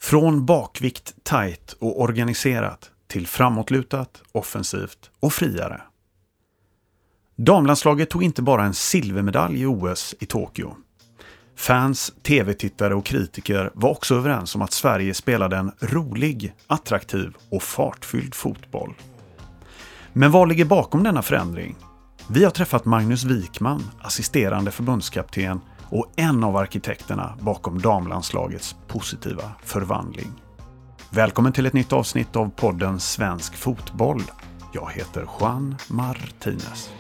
Från bakvikt, tajt och organiserat till framåtlutat, offensivt och friare. Damlandslaget tog inte bara en silvermedalj i OS i Tokyo. Fans, tv-tittare och kritiker var också överens om att Sverige spelade en rolig, attraktiv och fartfylld fotboll. Men vad ligger bakom denna förändring? Vi har träffat Magnus Wikman, assisterande förbundskapten och en av arkitekterna bakom damlandslagets positiva förvandling. Välkommen till ett nytt avsnitt av podden Svensk fotboll. Jag heter Juan Martinez.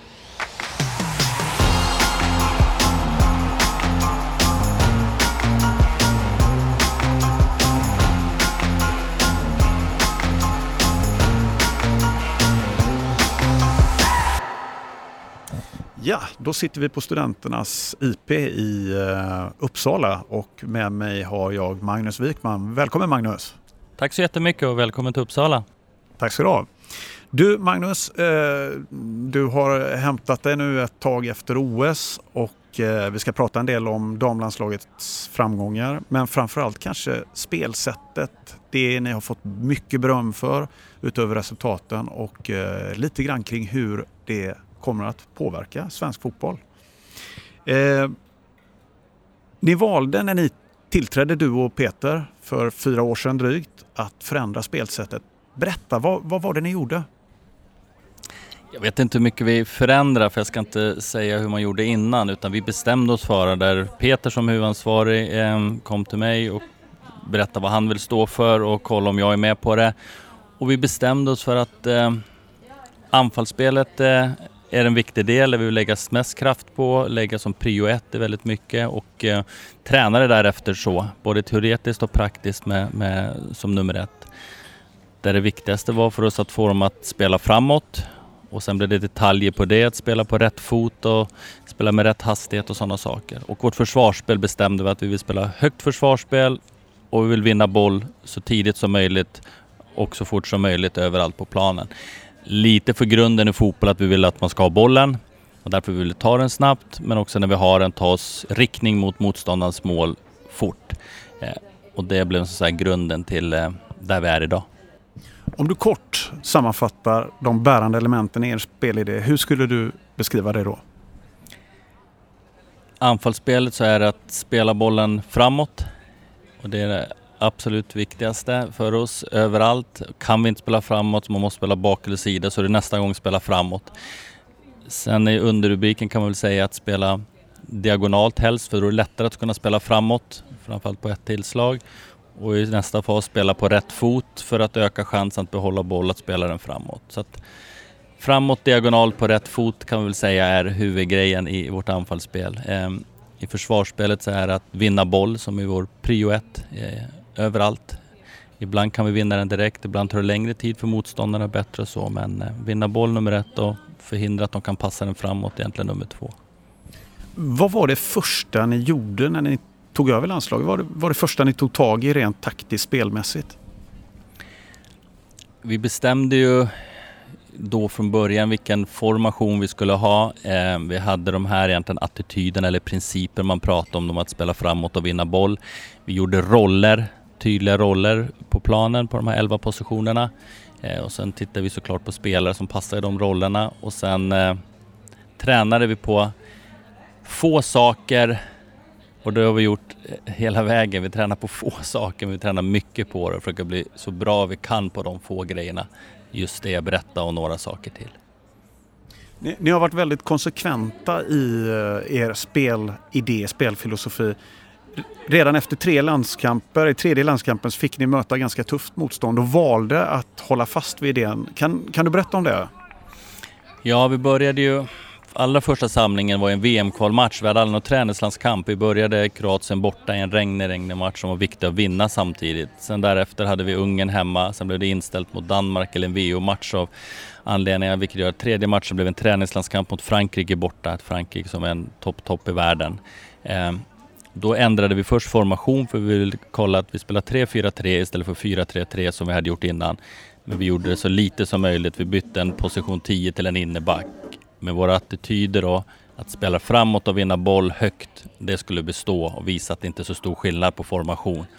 Ja, då sitter vi på studenternas IP i Uppsala och med mig har jag Magnus Wikman. Välkommen Magnus! Tack så jättemycket och välkommen till Uppsala. Tack ska du ha. Du Magnus, du har hämtat dig nu ett tag efter OS och vi ska prata en del om damlandslagets framgångar. Men framförallt kanske spelsättet, det ni har fått mycket beröm för utöver resultaten och lite grann kring hur det kommer att påverka svensk fotboll. Ni valde när ni tillträdde, du och Peter, för 4 år sedan drygt, att förändra spelsättet. Berätta, vad var det ni gjorde? Jag vet inte hur mycket vi förändrar, för jag ska inte säga hur man gjorde innan, utan vi bestämde oss för där Peter som huvudansvarig kom till mig och berättade vad han vill stå för och kolla om jag är med på det. Och vi bestämde oss för att anfallsspelet är en viktig del där vi vill lägga mest kraft på, lägga som prio 1 är väldigt mycket och träna det därefter så, både teoretiskt och praktiskt med som nummer 1. Där det viktigaste var för oss att få dem att spela framåt och sen blev det detaljer på det, att spela på rätt fot och spela med rätt hastighet och sådana saker. Och vårt försvarsspel bestämde vi att vi vill spela högt försvarsspel och vi vill vinna boll så tidigt som möjligt och så fort som möjligt överallt på planen. Lite för grunden i fotboll att vi vill att man ska ha bollen och därför vill vi ta den snabbt, men också när vi har den ta oss riktning mot motståndarens mål fort. Och det blev så att säga grunden till där vi är idag. Om du kort sammanfattar de bärande elementen i er spelidé, hur skulle du beskriva det då? Anfallsspelet så är det att spela bollen framåt och det är det absolut viktigaste för oss överallt. Kan vi inte spela framåt så man måste spela bak eller sida, så är det nästa gång spela framåt. Sen i underrubriken kan man väl säga att spela diagonalt helst, för då är det lättare att kunna spela framåt, framförallt på ett tillslag. Och i nästa fas spela på rätt fot för att öka chansen att behålla boll, att spela den framåt. Så att framåt, diagonalt på rätt fot kan man väl säga är huvudgrejen i vårt anfallsspel. I försvarsspelet så är det att vinna boll som är vår prio 1 överallt. Ibland kan vi vinna den direkt, ibland tar det längre tid för motståndarna, bättre så. Men vinna boll nummer 1 och förhindra att de kan passa den framåt egentligen nummer 2. Vad var det första ni gjorde när ni tog över landslaget? Vad var det första ni tog tag i rent taktiskt spelmässigt? Vi bestämde ju då från början vilken formation vi skulle ha. Vi hade de här egentligen attityderna eller principer man pratade om att spela framåt och vinna boll. Vi gjorde roller, tydliga roller på planen på de här 11 positionerna. Och sen tittade vi såklart på spelare som passade i de rollerna. Och sen tränade vi på få saker. Och det har vi gjort hela vägen. Vi tränar på få saker, men vi tränar mycket på det och försöker bli så bra vi kan på de få grejerna. Just det jag berättar och några saker till. Ni har varit väldigt konsekventa i er spelidé, spelfilosofi. Redan efter 3 landskamper, i 3:e landskampen fick ni möta ganska tufft motstånd och valde att hålla fast vid idén. Kan du berätta om det? Ja, vi började ju... Allra första samlingen var en VM-kvalmatch. Vi hade aldrig någon träningslandskamp. Vi började Kroatien borta i en regnig match som var viktig att vinna samtidigt. Sen därefter hade vi Ungern hemma. Sen blev det inställt mot Danmark eller en VO-match av anledningar. Vilket gör att 3:e matchen blev en träningslandskamp mot Frankrike borta. Ett Frankrike som är en topp i världen. Då ändrade vi först formation för vi ville kolla att vi spelar 3-4-3 istället för 4-3-3 som vi hade gjort innan. Men vi gjorde det så lite som möjligt. Vi bytte en position 10 till en inneback. Med våra attityder och att spela framåt och vinna boll högt, det skulle bestå och visa att det inte är så stor skillnad på formation.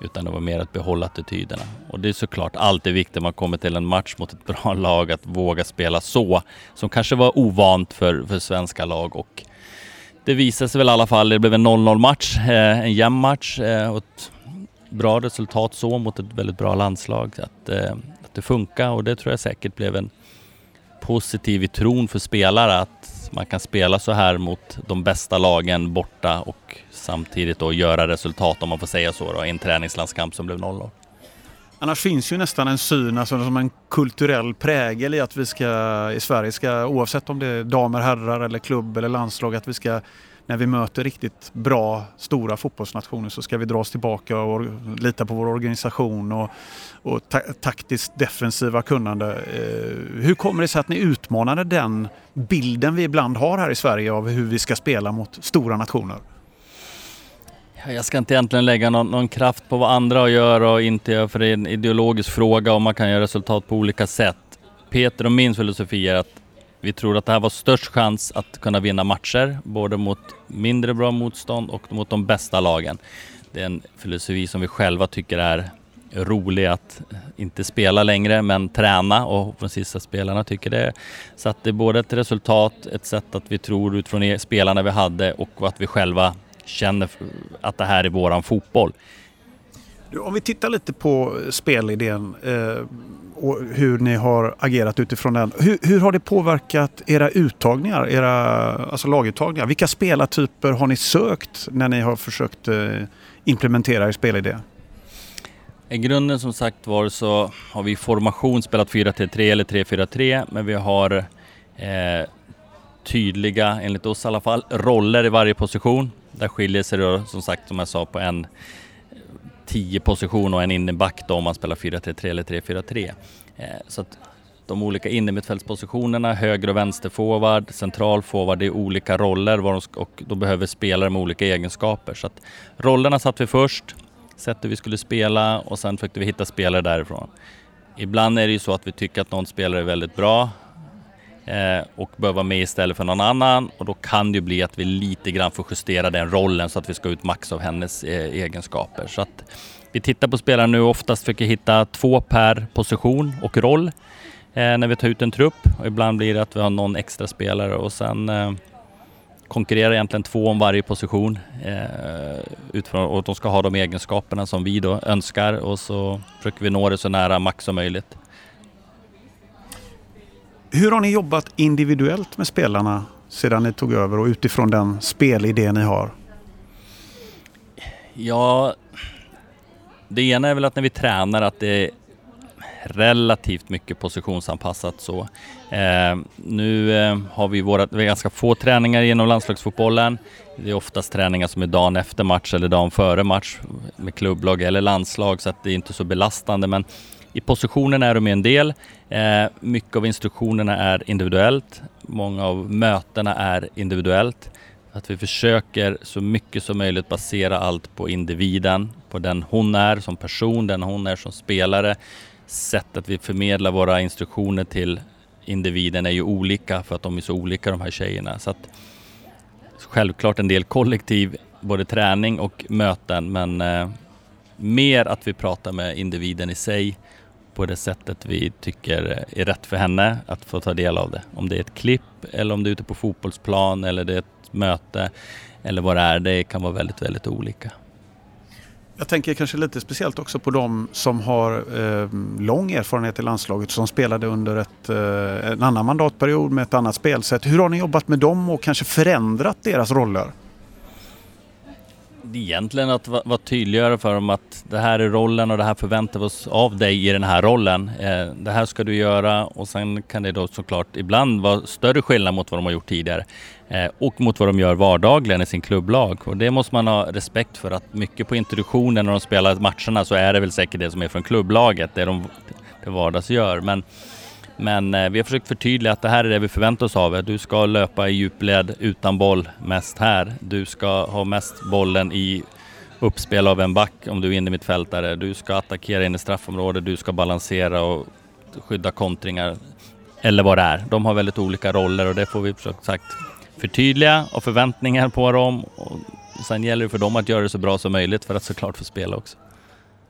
utan det var mer att behålla attityderna. Och det är såklart alltid viktigt när man kommer till en match mot ett bra lag att våga spela så, som kanske var ovant för svenska lag. Och det visade sig väl i alla fall, det blev en 0-0 match, en jämn match och ett bra resultat så mot ett väldigt bra landslag. Att det funkar, och det tror jag säkert blev en positiv i tron för spelare att man kan spela så här mot de bästa lagen borta och samtidigt då göra resultat, om man får säga så då, i en träningslandskamp som blev 0-0. Annars finns ju nästan en syn, alltså som en kulturell prägel i att vi i Sverige ska, oavsett om det är damer, herrar eller klubb eller landslag, att vi ska, när vi möter riktigt bra, stora fotbollsnationer, så ska vi dra oss tillbaka och lita på vår organisation och taktiskt defensiva kunnande. Hur kommer det sig att ni utmanade den bilden vi ibland har här i Sverige av hur vi ska spela mot stora nationer? Jag ska inte egentligen lägga någon kraft på vad andra gör och inte gör, för det är en ideologisk fråga och man kan göra resultat på olika sätt. Peter och min filosofi är att vi tror att det här var störst chans att kunna vinna matcher, både mot mindre bra motstånd och mot de bästa lagen. Det är en filosofi som vi själva tycker är rolig att inte spela längre, men träna, och de sista spelarna tycker det. Så att det är både ett resultat, ett sätt att vi tror utifrån spelarna vi hade och att vi själva känner att det här är våran fotboll. Om vi tittar lite på spelidén och hur ni har agerat utifrån den. Hur har det påverkat era uttagningar, alltså laguttagningar? Vilka spelartyper har ni sökt när ni har försökt implementera er spelidé? I grunden som sagt var så har vi formation spelat 4-3-3 eller 3-4-3, men vi har tydliga, enligt oss i alla fall, roller i varje position. Där skiljer sig då, som sagt, som jag sa, på en 10 position och en inneback då, om man spelar 4-3-3 eller 3-4-3. Så att de olika innermittfältspositionerna, höger- och vänsterforward, centralforward, det är olika roller och då behöver spelare med olika egenskaper. Så att rollerna satt vi först, sättet vi skulle spela, och sen försökte vi hitta spelare därifrån. Ibland är det ju så att vi tycker att någon spelare är väldigt bra och bör vara med istället för någon annan, och då kan det ju bli att vi lite grann får justera den rollen så att vi ska ut max av hennes egenskaper. Så att vi tittar på spelare nu, oftast försöker hitta 2 per position och roll när vi tar ut en trupp, och ibland blir det att vi har någon extra spelare, och sen konkurrerar egentligen 2 om varje position utifrån, och de ska ha de egenskaperna som vi då önskar, och så försöker vi nå det så nära max som möjligt. Hur har ni jobbat individuellt med spelarna sedan ni tog över och utifrån den spelidé ni har? Ja, det ena är väl att när vi tränar att det är relativt mycket positionsanpassat så. Nu har vi ganska få träningar genom landslagsfotbollen. Det är oftast träningar som är dagen efter match eller dagen före match med klubblag eller landslag, så att det är inte så belastande, men i positionen är de en del. Mycket av instruktionerna är individuellt. Många av mötena är individuellt. Att vi försöker så mycket som möjligt basera allt på individen. På den hon är som person, den hon är som spelare. Sättet vi förmedlar våra instruktioner till individen är ju olika, för att de är så olika, de här tjejerna. Så att självklart en del kollektiv, både träning och möten, men mer att vi pratar med individen i sig på det sättet vi tycker är rätt för henne att få ta del av det. Om det är ett klipp eller om det är ute på fotbollsplan eller det är ett möte eller vad det är, det kan vara väldigt, väldigt olika. Jag tänker kanske lite speciellt också på de som har lång erfarenhet i landslaget, som spelade under en annan mandatperiod med ett annat spelsätt. Hur har ni jobbat med dem och kanske förändrat deras roller? Egentligen att vara tydligare för dem att det här är rollen och det här förväntar vi oss av dig i den här rollen. Det här ska du göra, och sen kan det då såklart ibland vara större skillnad mot vad de har gjort tidigare och mot vad de gör vardagligen i sin klubblag. Och det måste man ha respekt för, att mycket på introduktionen när de spelar matcherna så är det väl säkert det som är från klubblaget, det de vardags gör. Men vi har försökt förtydliga att det här är det vi förväntar oss av er. Du ska löpa i djupled utan boll mest här. Du ska ha mest bollen i uppspel av en back om du är inne i mittfältare. Du ska attackera in i straffområdet. Du ska balansera och skydda kontringar. Eller vad det är. De har väldigt olika roller, och det får vi sagt förtydliga och förväntningar på dem. Och sen gäller det för dem att göra det så bra som möjligt för att såklart få spela också.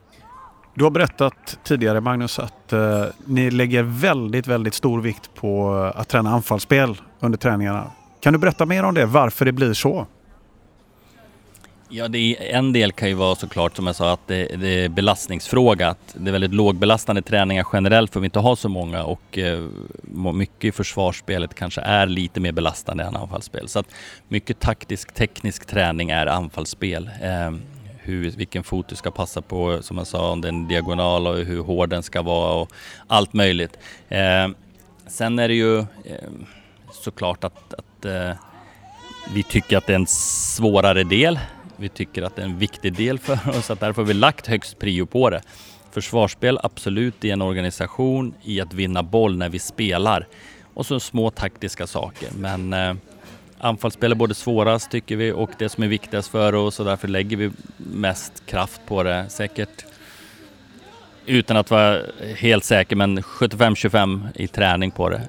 Du har berättat tidigare, Magnus, att ni lägger väldigt, väldigt stor vikt på att träna anfallsspel under träningarna. Kan du berätta mer om det? Varför det blir så? Ja, en del kan ju vara såklart, som jag sa, att det är belastningsfråga. Att det är väldigt lågbelastande träningar generellt för vi inte har så många, och mycket i försvarsspelet kanske är lite mer belastande än anfallsspel. Så att mycket teknisk träning är anfallsspel. Vilken fot du ska passa på, som jag sa, om den diagonal och hur hård den ska vara och allt möjligt. Sen är det ju såklart att vi tycker att det är en svårare del. Vi tycker att det är en viktig del för oss, att därför har vi lagt högst prio på det. Försvarsspel absolut i en organisation, i att vinna boll när vi spelar. Och så små taktiska saker. Men anfallsspel är både svårast tycker vi, och det som är viktigast för oss, och därför lägger vi mest kraft på det. Säkert utan att vara helt säker, men 75-25 i träning på det.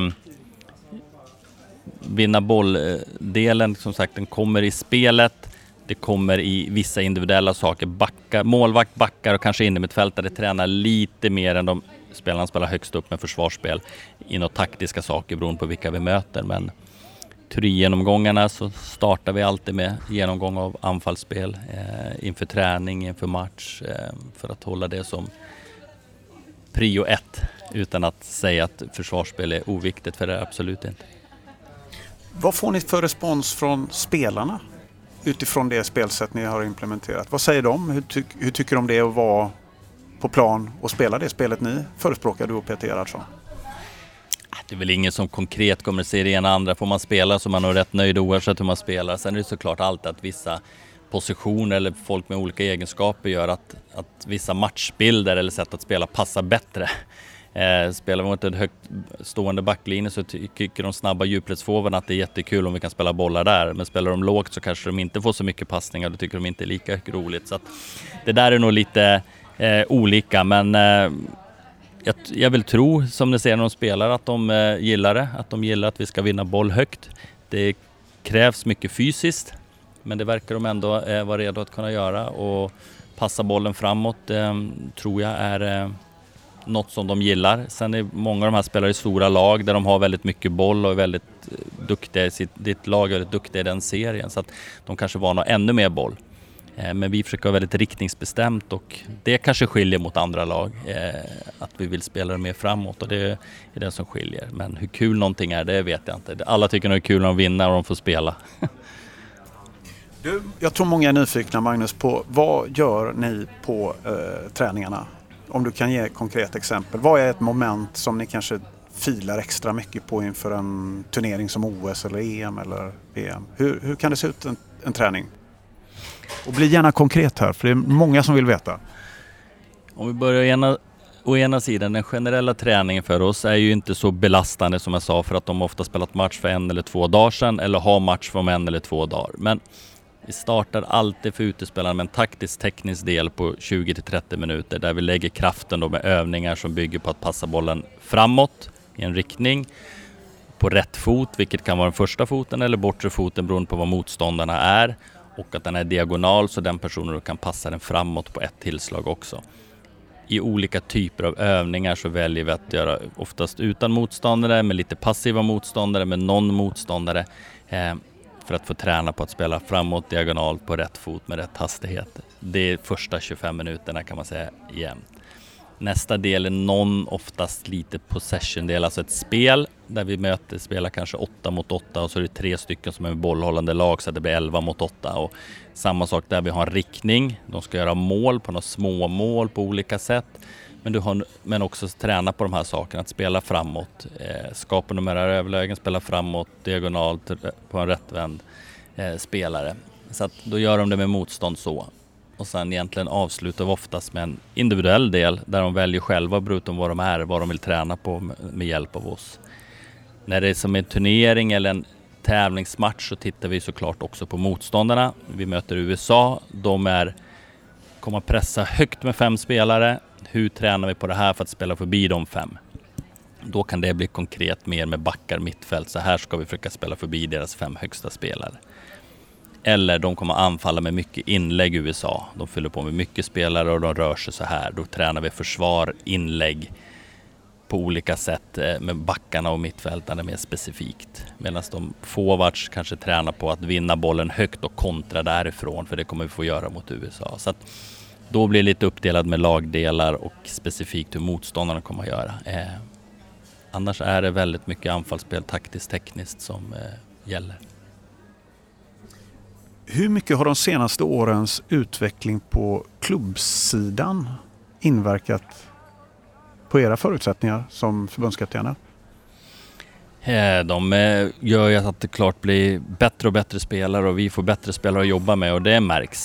Vinna bolldelen, som sagt, den kommer i spelet. Det kommer i vissa individuella saker. Målvakt, backar och kanske innermittfältare tränar lite mer än de spelarna spelar högst upp med försvarsspel i några taktiska saker beroende på vilka vi möter. Men teorigenomgångarna så startar vi alltid med genomgång av anfallsspel inför träning, inför match, för att hålla det som prio 1, utan att säga att försvarsspel är oviktigt, för det är absolut inte. Vad får ni för respons från spelarna utifrån det spelsätt ni har implementerat? Vad säger de? Hur tycker de det att vara på plan och spela det spelet ni förespråkar, du och Peter Gerhardsson? Det är väl ingen som konkret kommer att se det ena andra. Får man spela så man är rätt nöjd oavsett hur man spelar. Sen är det såklart alltid att vissa positioner eller folk med olika egenskaper gör att vissa matchbilder eller sätt att spela passar bättre. Spelar vi mot en högt stående backlinje så tycker de snabba djupledsforwarderna att det är jättekul om vi kan spela bollar där. Men spelar de lågt så kanske de inte får så mycket passningar, då tycker de inte är lika roligt. Så att det där är nog lite olika, men jag vill tro, som ni ser när de spelar, att de gillar det. Att de gillar att vi ska vinna boll högt. Det krävs mycket fysiskt, men det verkar de ändå vara redo att kunna göra. Och passa bollen framåt tror jag är något som de gillar. Sen är många av de här spelar i stora lag där de har väldigt mycket boll och är väldigt duktiga i ditt lag är väldigt duktiga i den serien. Så att de kanske var något ännu mer boll. Men vi försöker vara väldigt riktningsbestämt, och det kanske skiljer mot andra lag. Att vi vill spela mer framåt, och det är det som skiljer. Men hur kul någonting är, det vet jag inte. Alla tycker det är kul när de vinner och de får spela. Jag tror många är nyfikna, Magnus, på vad gör ni på träningarna? Om du kan ge ett konkret exempel. Vad är ett moment som ni kanske filar extra mycket på inför en turnering som OS eller EM eller VM? Hur kan det se ut en träning? Och bli gärna konkret här, för det är många som vill veta. Om vi börjar å ena sidan, den generella träningen för oss är ju inte så belastande som jag sa, för att de ofta spelat match för 1 eller 2 dagar sedan eller har match för 1 eller 2 dagar. Men vi startar alltid för utespelaren med en taktisk-teknisk del på 20-30 minuter där vi lägger kraften då med övningar som bygger på att passa bollen framåt i en riktning på rätt fot, vilket kan vara den första foten eller bortre foten beroende på vad motståndarna är, och att den är diagonal så den personen kan passa den framåt på ett tillslag också. I olika typer av övningar så väljer vi att göra oftast utan motståndare, med lite passiva motståndare, med någon motståndare, för att få träna på att spela framåt diagonalt på rätt fot med rätt hastighet. Det är första 25 minuterna kan man säga jämnt. Nästa del är oftast lite possession-del, alltså ett spel där vi spelar kanske 8 mot 8 och så är det 3 stycken som är bollhållande lag så att det blir 11 mot 8. Och samma sak där vi har en riktning, de ska göra mål på några små mål på olika sätt. Men också träna på de här sakerna, att spela framåt, skapa numerära överlägen, spela framåt, diagonalt på en rättvänd spelare. Så att då gör de det med motstånd så. Och sen egentligen avslutar vi oftast med en individuell del där de väljer själva förutom vad de är, vad de vill träna på med hjälp av oss. När det är som en turnering eller en tävlingsmatch så tittar vi såklart också på motståndarna. Vi möter USA, kommer pressa högt med 5 spelare. Hur tränar vi på det här för att spela förbi de 5? Då kan det bli konkret mer med backar mittfält. Så här ska vi försöka spela förbi deras 5 högsta spelare. Eller de kommer anfalla med mycket inlägg i USA. De fyller på med mycket spelare och de rör sig så här. Då tränar vi försvar, inlägg på olika sätt med backarna och mittfältarna mer specifikt. Medan de forwards kanske tränar på att vinna bollen högt och kontra därifrån, för det kommer vi få göra mot USA. Så att då blir det lite uppdelad med lagdelar och specifikt hur motståndarna kommer att göra. Annars är det väldigt mycket anfallsspel, taktiskt, tekniskt som gäller. Hur mycket har de senaste årens utveckling på klubbsidan inverkat på era förutsättningar som förbundskaptener? De gör ju att det klart blir bättre och bättre spelare och vi får bättre spelare att jobba med, och det märks.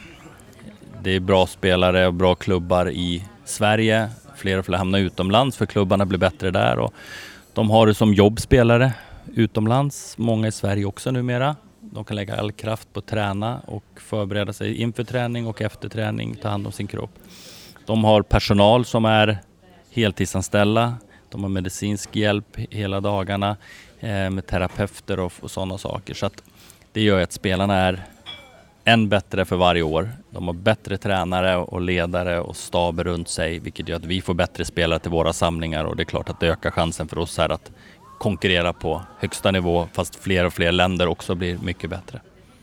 Det är bra spelare och bra klubbar i Sverige. Fler och fler hamnar utomlands för klubbarna blir bättre där, och de har det som jobbspelare utomlands. Många i Sverige också numera. De kan lägga all kraft på att träna och förbereda sig inför träning och efter träning, ta hand om sin kropp. De har personal som är heltidsanställda. De har medicinsk hjälp hela dagarna med terapeuter och sådana saker. Så att det gör att spelarna är än bättre för varje år. De har bättre tränare och ledare och staber runt sig, vilket gör att vi får bättre spelare till våra samlingar, och det är klart att det ökar chansen för oss här att konkurrera på högsta nivå, fast fler och fler länder också blir mycket bättre.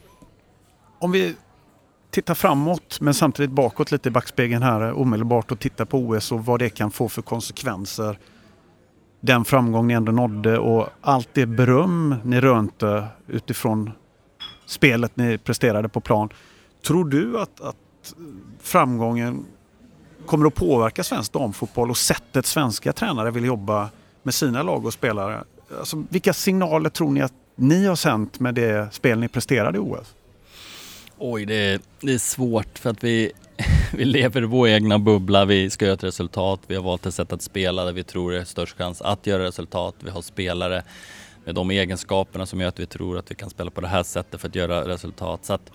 Om vi tittar framåt men samtidigt bakåt lite i backspegeln här omedelbart och tittar på OS och vad det kan få för konsekvenser. Den framgång ni ändå nådde och allt det beröm ni rönte utifrån spelet ni presterade på plan. Tror du att framgången kommer att påverka svensk damfotboll och sättet svenska tränare vill jobba med sina lag och spelare? Alltså, vilka signaler tror ni att ni har sänt med det spel ni presterade i OS? Oj, det är svårt för att vi lever i vår egna bubbla. Vi ska göra ett resultat. Vi har valt ett sätt att spela där vi tror det är störst chans att göra resultat. Vi har spelare med de egenskaperna som gör att vi tror att vi kan spela på det här sättet för att göra resultat. Så att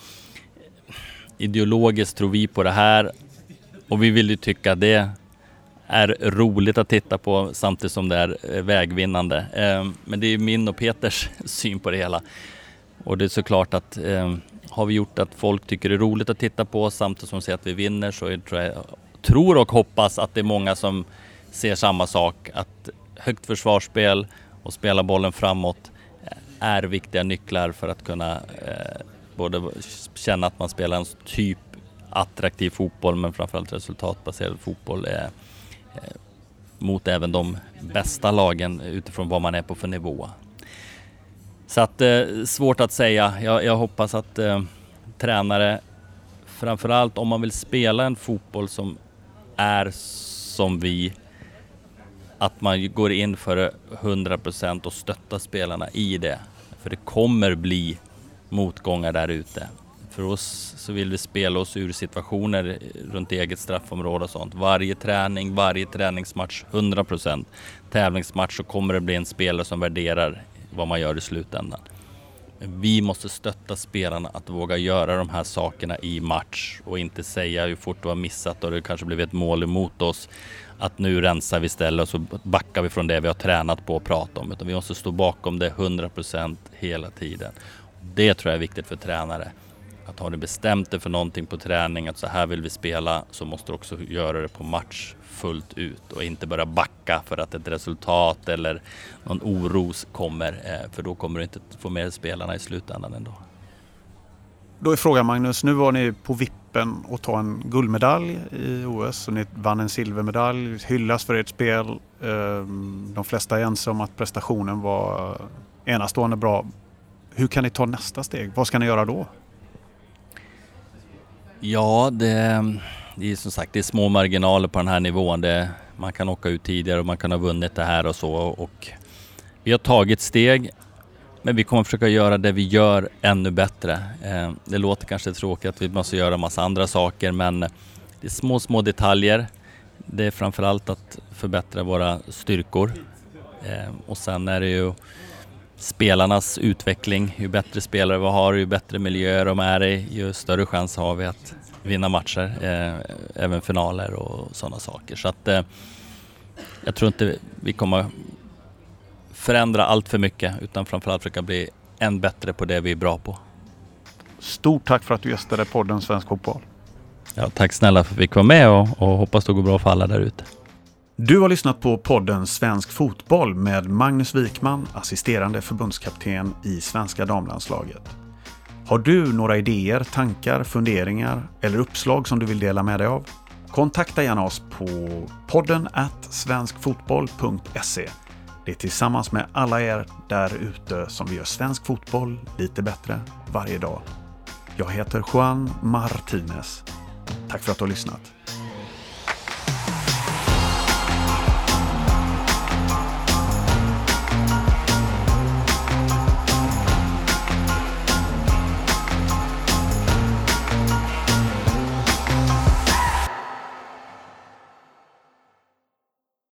ideologiskt tror vi på det här, och vi vill ju tycka att det är roligt att titta på samtidigt som det är vägvinnande. Men det är min och Peters syn på det hela. Och det är såklart att har vi gjort att folk tycker det är roligt att titta på samtidigt som de ser att vi vinner, så tror och hoppas att det är många som ser samma sak. Att högt försvarsspel och spela bollen framåt är viktiga nycklar för att kunna både känna att man spelar en typ attraktiv fotboll, men framförallt resultatbaserad fotboll mot även de bästa lagen utifrån vad man är på för nivå. Så att svårt att säga. Jag hoppas att tränare, framförallt om man vill spela en fotboll som är som vi, att man går in för 100% och stöttar spelarna i det. För det kommer bli motgångar där ute. För oss så vill vi spela oss ur situationer runt eget straffområde och sånt. Varje träning, varje träningsmatch 100%. Tävlingsmatch så kommer det bli en spelare som värderar vad man gör i slutändan. Vi måste stötta spelarna att våga göra de här sakerna i match och inte säga hur fort du har missat och det kanske blivit ett mål emot oss, att nu rensar vi istället och så backar vi från det vi har tränat på och pratat om. Utan vi måste stå bakom det 100% hela tiden. Det tror jag är viktigt för tränare. Att ha det bestämt det för någonting på träning, att så här vill vi spela, så måste du också göra det på match fullt ut och inte bara backa för att ett resultat eller någon oro kommer, för då kommer du inte få med spelarna i slutändan ändå. Då är frågan, Magnus, nu var ni på vippen att ta en guldmedalj i OS och ni vann en silvermedalj, hyllas för ert spel. De flesta är ense om att prestationen var enastående bra. Hur kan ni ta nästa steg? Vad ska ni göra då? Ja, det är som sagt, det är små marginaler på den här nivån. Man kan åka ut tidigare och man kan ha vunnit det här och så. Och vi har tagit steg, men vi kommer försöka göra det vi gör ännu bättre. Det låter kanske tråkigt att vi måste göra en massa andra saker, men det är små detaljer. Det är framförallt att förbättra våra styrkor. Och sen är det ju spelarnas utveckling. Ju bättre spelare vi har, ju bättre miljöer de är i, ju större chans har vi att vinna matcher, även finaler och sådana saker. Så att jag tror inte vi kommer förändra allt för mycket, utan framförallt försöka bli än bättre på det vi är bra på. Stort tack för att du gästade podden Svensk Fotboll. Ja, tack snälla för att vi fick vara med och hoppas det går bra för alla där ute. Du har lyssnat på podden Svensk Fotboll med Magnus Wikman, assisterande förbundskapten i svenska damlandslaget. Har du några idéer, tankar, funderingar eller uppslag som du vill dela med dig av? Kontakta gärna oss på podden@svenskfotboll.se. Det är tillsammans med alla er där ute som vi gör svensk fotboll lite bättre varje dag. Jag heter Juan Martinez. Tack för att du har lyssnat.